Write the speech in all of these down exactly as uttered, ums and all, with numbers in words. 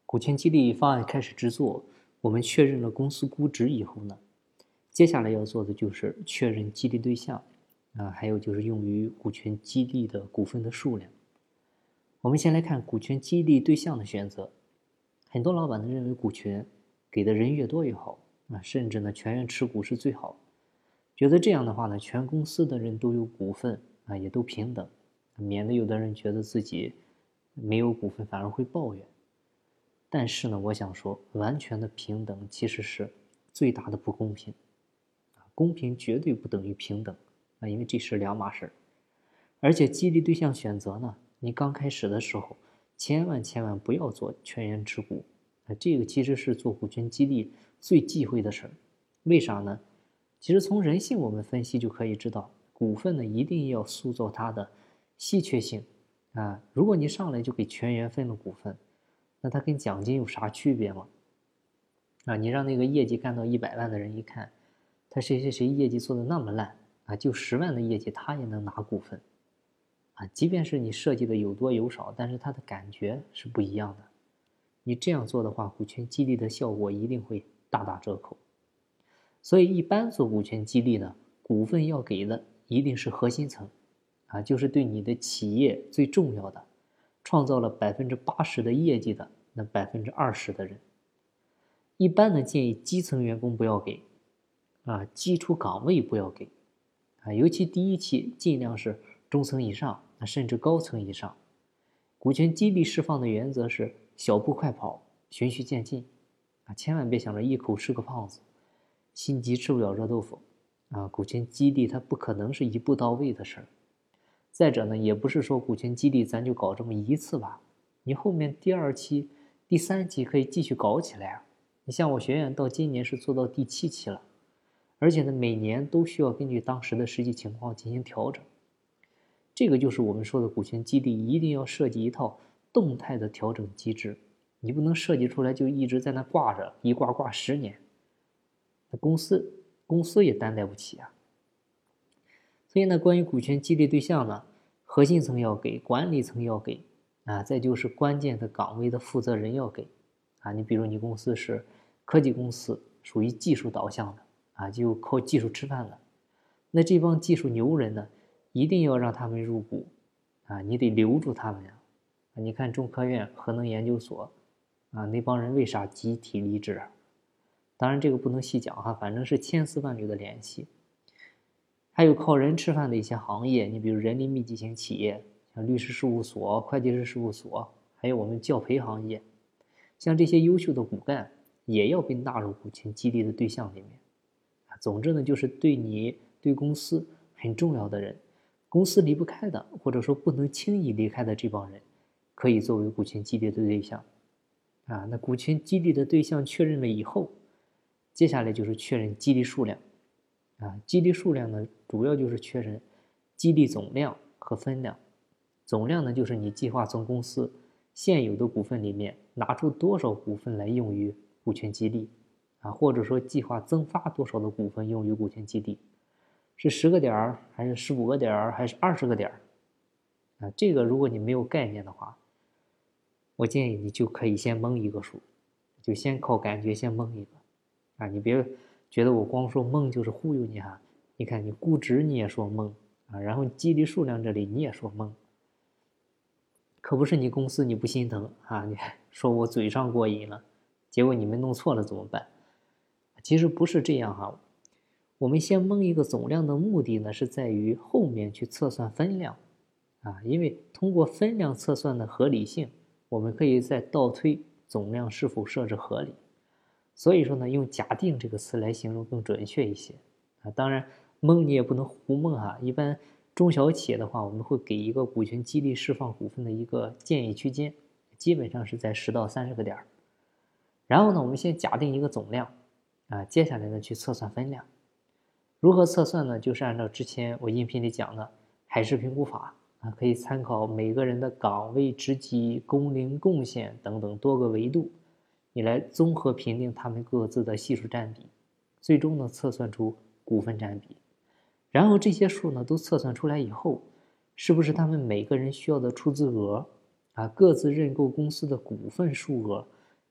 股权激励方案开始制作，我们确认了公司估值以后呢，接下来要做的就是确认激励对象，啊，还有就是用于股权激励的股份的数量。我们先来看股权激励对象的选择。很多老板呢认为股权给的人越多越好，啊，甚至呢全员持股是最好，觉得这样的话呢，全公司的人都有股份啊，也都平等，免得有的人觉得自己没有股份反而会抱怨。但是呢，我想说，完全的平等其实是最大的不公平，公平绝对不等于平等啊，因为这是两码事。而且激励对象选择呢，你刚开始的时候，千万千万不要做全员持股啊，这个其实是做股权激励最忌讳的事儿。为啥呢？其实从人性我们分析就可以知道，股份呢一定要塑造它的稀缺性啊。如果你上来就给全员分了股份，那它跟奖金有啥区别吗？啊，你让那个业绩干到一百万的人一看，他谁谁谁业绩做的那么烂啊，就十万的业绩他也能拿股份啊，即便是你设计的有多有少，但是他的感觉是不一样的。你这样做的话，股权激励的效果一定会大打折扣。所以一般做股权激励呢，股份要给的一定是核心层啊，就是对你的企业最重要的，创造了百分之八十的业绩的那百分之二十的人。一般呢建议基层员工不要给啊，基础岗位不要给啊，尤其第一期尽量是中层以上啊，甚至高层以上。股权激励释放的原则是小步快跑，循序渐进啊，千万别想着一口吃个胖子，心急吃不了热豆腐啊。股权激励它不可能是一步到位的事儿。再者呢，也不是说股权激励咱就搞这么一次吧，你后面第二期、第三期可以继续搞起来啊。你像我学院到今年是做到第七期了，而且呢每年都需要根据当时的实际情况进行调整。这个就是我们说的股权激励一定要设计一套动态的调整机制，你不能设计出来就一直在那挂着，一挂挂十年，那公司公司也担待不起啊。所以呢，关于股权激励对象呢，核心层要给，管理层要给啊，再就是关键的岗位的负责人要给啊。你比如你公司是科技公司，属于技术导向的啊，就靠技术吃饭的，那这帮技术牛人呢，一定要让他们入股啊，你得留住他们呀。你看中科院核能研究所啊，那帮人为啥集体离职啊？当然这个不能细讲哈，反正是千丝万缕的联系。还有靠人吃饭的一些行业，你比如人力密集型企业，像律师事务所、会计师事务所，还有我们教培行业，像这些优秀的骨干也要被纳入股权激励的对象里面。总之呢，就是对你对公司很重要的人，公司离不开的，或者说不能轻易离开的这帮人，可以作为股权激励的对象啊。那股权激励的对象确认了以后，接下来就是确认激励数量啊。激励数量呢，主要就是确认激励总量和分量。总量呢，就是你计划从公司现有的股份里面拿出多少股份来用于股权激励啊，或者说计划增发多少的股份用于股权激励，是十个点儿，还是十五个点儿，还是二十个点儿啊？这个如果你没有概念的话，我建议你就可以先蒙一个数，就先靠感觉先蒙一个啊，你别觉得我光说蒙就是忽悠你哈。你看你估值你也说蒙啊，然后激励数量这里你也说蒙，可不是你公司你不心疼啊，你说我嘴上过瘾了，结果你们弄错了怎么办？其实不是这样哈，我们先蒙一个总量的目的呢，是在于后面去测算分量啊，因为通过分量测算的合理性，我们可以再倒推总量是否设置合理。所以说呢，用假定这个词来形容更准确一些啊。当然蒙你也不能胡蒙哈，一般中小企业的话，我们会给一个股权激励释放股份的一个建议区间，基本上是在十到三十个点。然后呢，我们先假定一个总量啊，接下来呢去测算分量。如何测算呢？就是按照之前我音频里讲的海事评估法啊，可以参考每个人的岗位、职级、工龄、贡献等等多个维度，你来综合评定他们各自的系数占比，最终呢测算出股份占比。然后这些数呢都测算出来以后，是不是他们每个人需要的出资额啊，各自认购公司的股份数额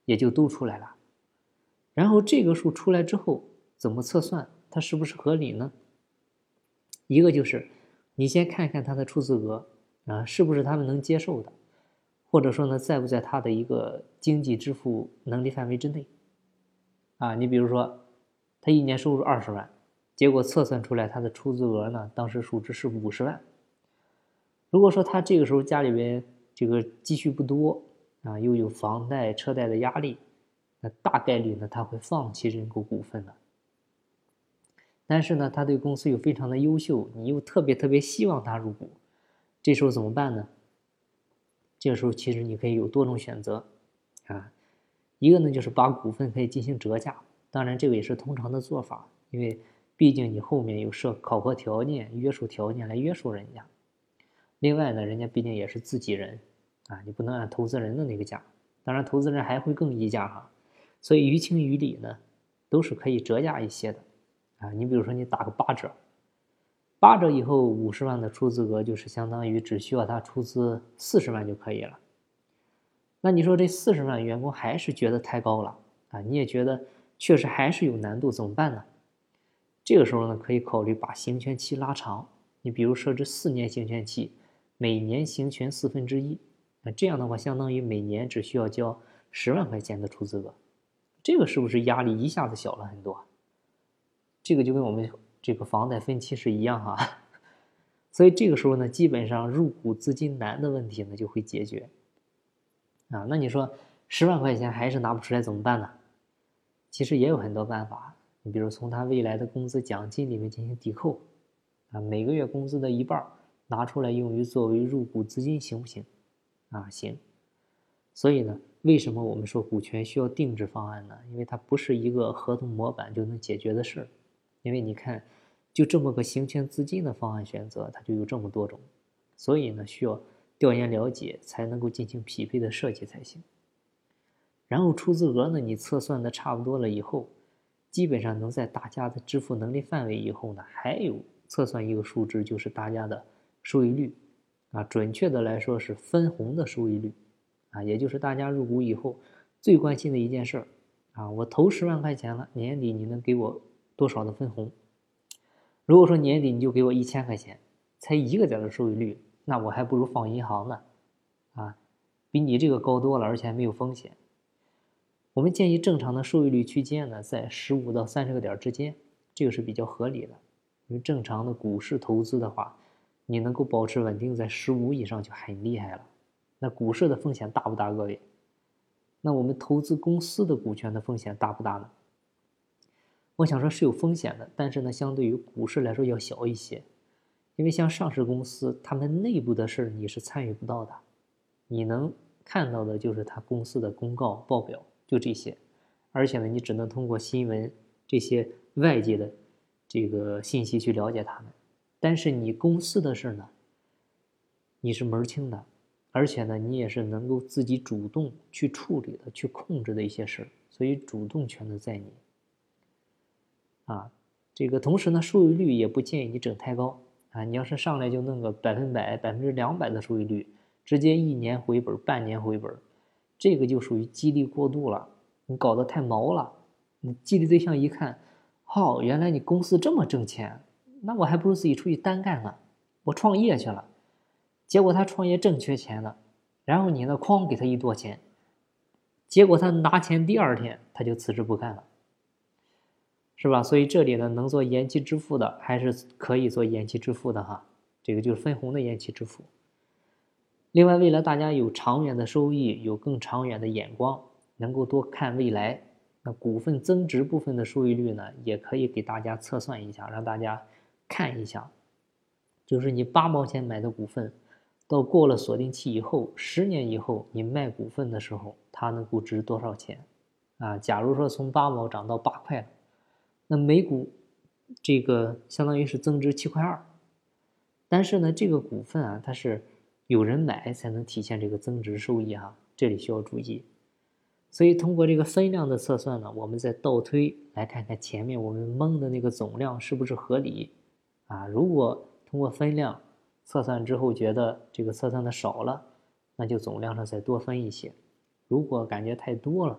也就都出来了。然后这个数出来之后，怎么测算它是不是合理呢？一个就是你先看看它的出资额啊，是不是他们能接受的，或者说呢，在不在他的一个经济支付能力范围之内啊？你比如说，他一年收入二十万，结果测算出来他的出资额呢，当时数值是五十万。如果说他这个时候家里边这个积蓄不多啊，又有房贷车贷的压力，那大概率呢他会放弃认购股份的。但是呢他对公司又非常的优秀，你又特别特别希望他入股，这时候怎么办呢？这个时候其实你可以有多种选择啊，一个呢就是把股份可以进行折价，当然这个也是通常的做法，因为毕竟你后面有设考核条件约束条件来约束人家。另外呢，人家毕竟也是自己人啊，你不能按投资人的那个价，当然投资人还会更议价哈，所以于情于理呢，都是可以折价一些的啊。你比如说你打个八折，八折以后五十万的出资额就是相当于只需要他出资四十万就可以了。那你说这四十万员工还是觉得太高了啊，你也觉得确实还是有难度，怎么办呢？这个时候呢，可以考虑把行权期拉长，你比如设置四年行权期。每年行权四分之一，那这样的话，相当于每年只需要交十万块钱的出资额，这个是不是压力一下子小了很多？这个就跟我们这个房贷分期是一样哈，所以这个时候呢，基本上入股资金难的问题呢就会解决。啊，那你说十万块钱还是拿不出来怎么办呢？其实也有很多办法，你比如从他未来的工资奖金里面进行抵扣，啊，每个月工资的一半拿出来用于作为入股资金行不行？啊，行。所以呢，为什么我们说股权需要定制方案呢？因为它不是一个合同模板就能解决的事儿。因为你看，就这么个行权资金的方案选择，它就有这么多种，所以呢，需要调研了解才能够进行匹配的设计才行。然后出资额呢，你测算的差不多了以后，基本上能在大家的支付能力范围以后呢，还有测算一个数值，就是大家的收益率啊，准确的来说是分红的收益率啊，也就是大家入股以后最关心的一件事儿啊，我投十万块钱了，年底你能给我多少的分红？如果说年底你就给我一千块钱，才一个点的收益率，那我还不如放银行呢啊，比你这个高多了，而且还没有风险。我们建议正常的收益率区间呢，在十五到三十个点之间，这个是比较合理的。因为正常的股市投资的话，你能够保持稳定在十五以上就很厉害了。那股市的风险大不大，各位？那我们投资公司的股权的风险大不大呢？我想说是有风险的，但是呢，相对于股市来说要小一些。因为像上市公司，他们内部的事你是参与不到的，你能看到的就是他公司的公告报表，就这些。而且呢，你只能通过新闻这些外界的这个信息去了解他们。但是你公司的事呢，你是门清的，而且呢，你也是能够自己主动去处理的、去控制的一些事，所以主动权的在你。啊，这个同时呢，收益率也不建议你整太高啊。你要是上来就弄个百分百、百分之两百的收益率，直接一年回本、半年回本，这个就属于激励过度了，你搞得太毛了。你激励对象一看，哦，原来你公司这么挣钱，那我还不如自己出去单干呢，我创业去了。结果他创业正缺钱呢，然后你呢，哐给他一剁钱，结果他拿钱第二天他就辞职不干了。是吧？所以这里呢，能做延期支付的还是可以做延期支付的哈，这个就是分红的延期支付。另外，为了大家有长远的收益，有更长远的眼光，能够多看未来，那股份增值部分的收益率呢，也可以给大家测算一下，让大家看一下，就是你八毛钱买的股份，到过了锁定期以后，十年以后你卖股份的时候，它能够值多少钱？啊，假如说从八毛涨到八块了。那每股这个相当于是增值七块二，但是呢，这个股份啊，它是有人买才能体现这个增值收益哈，这里需要注意。所以通过这个分量的测算呢，我们再倒推来看看前面我们蒙的那个总量是不是合理啊？如果通过分量测算之后觉得这个测算的少了，那就总量上再多分一些；如果感觉太多了，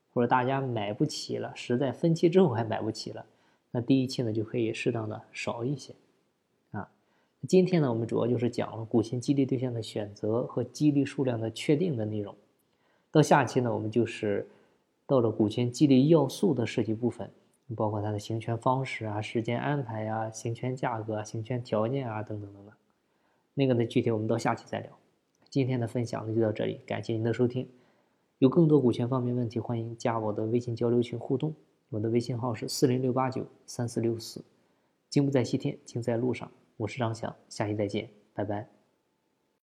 或者大家买不起了，实在分期之后还买不起了，那第一期呢就可以适当的少一些啊。今天呢我们主要就是讲了股权激励对象的选择和激励数量的确定的内容。到下期呢我们就是到了股权激励要素的设计部分，包括它的行权方式啊、时间安排啊、行权价格啊、行权条件啊等等等等。那个呢具体我们到下期再聊。今天的分享呢就到这里，感谢您的收听。有更多股权方面问题，欢迎加我的微信交流群互动。我的微信号是四零六八九三四六四。金不在西天，金在路上。我是张翔，下期再见，拜拜。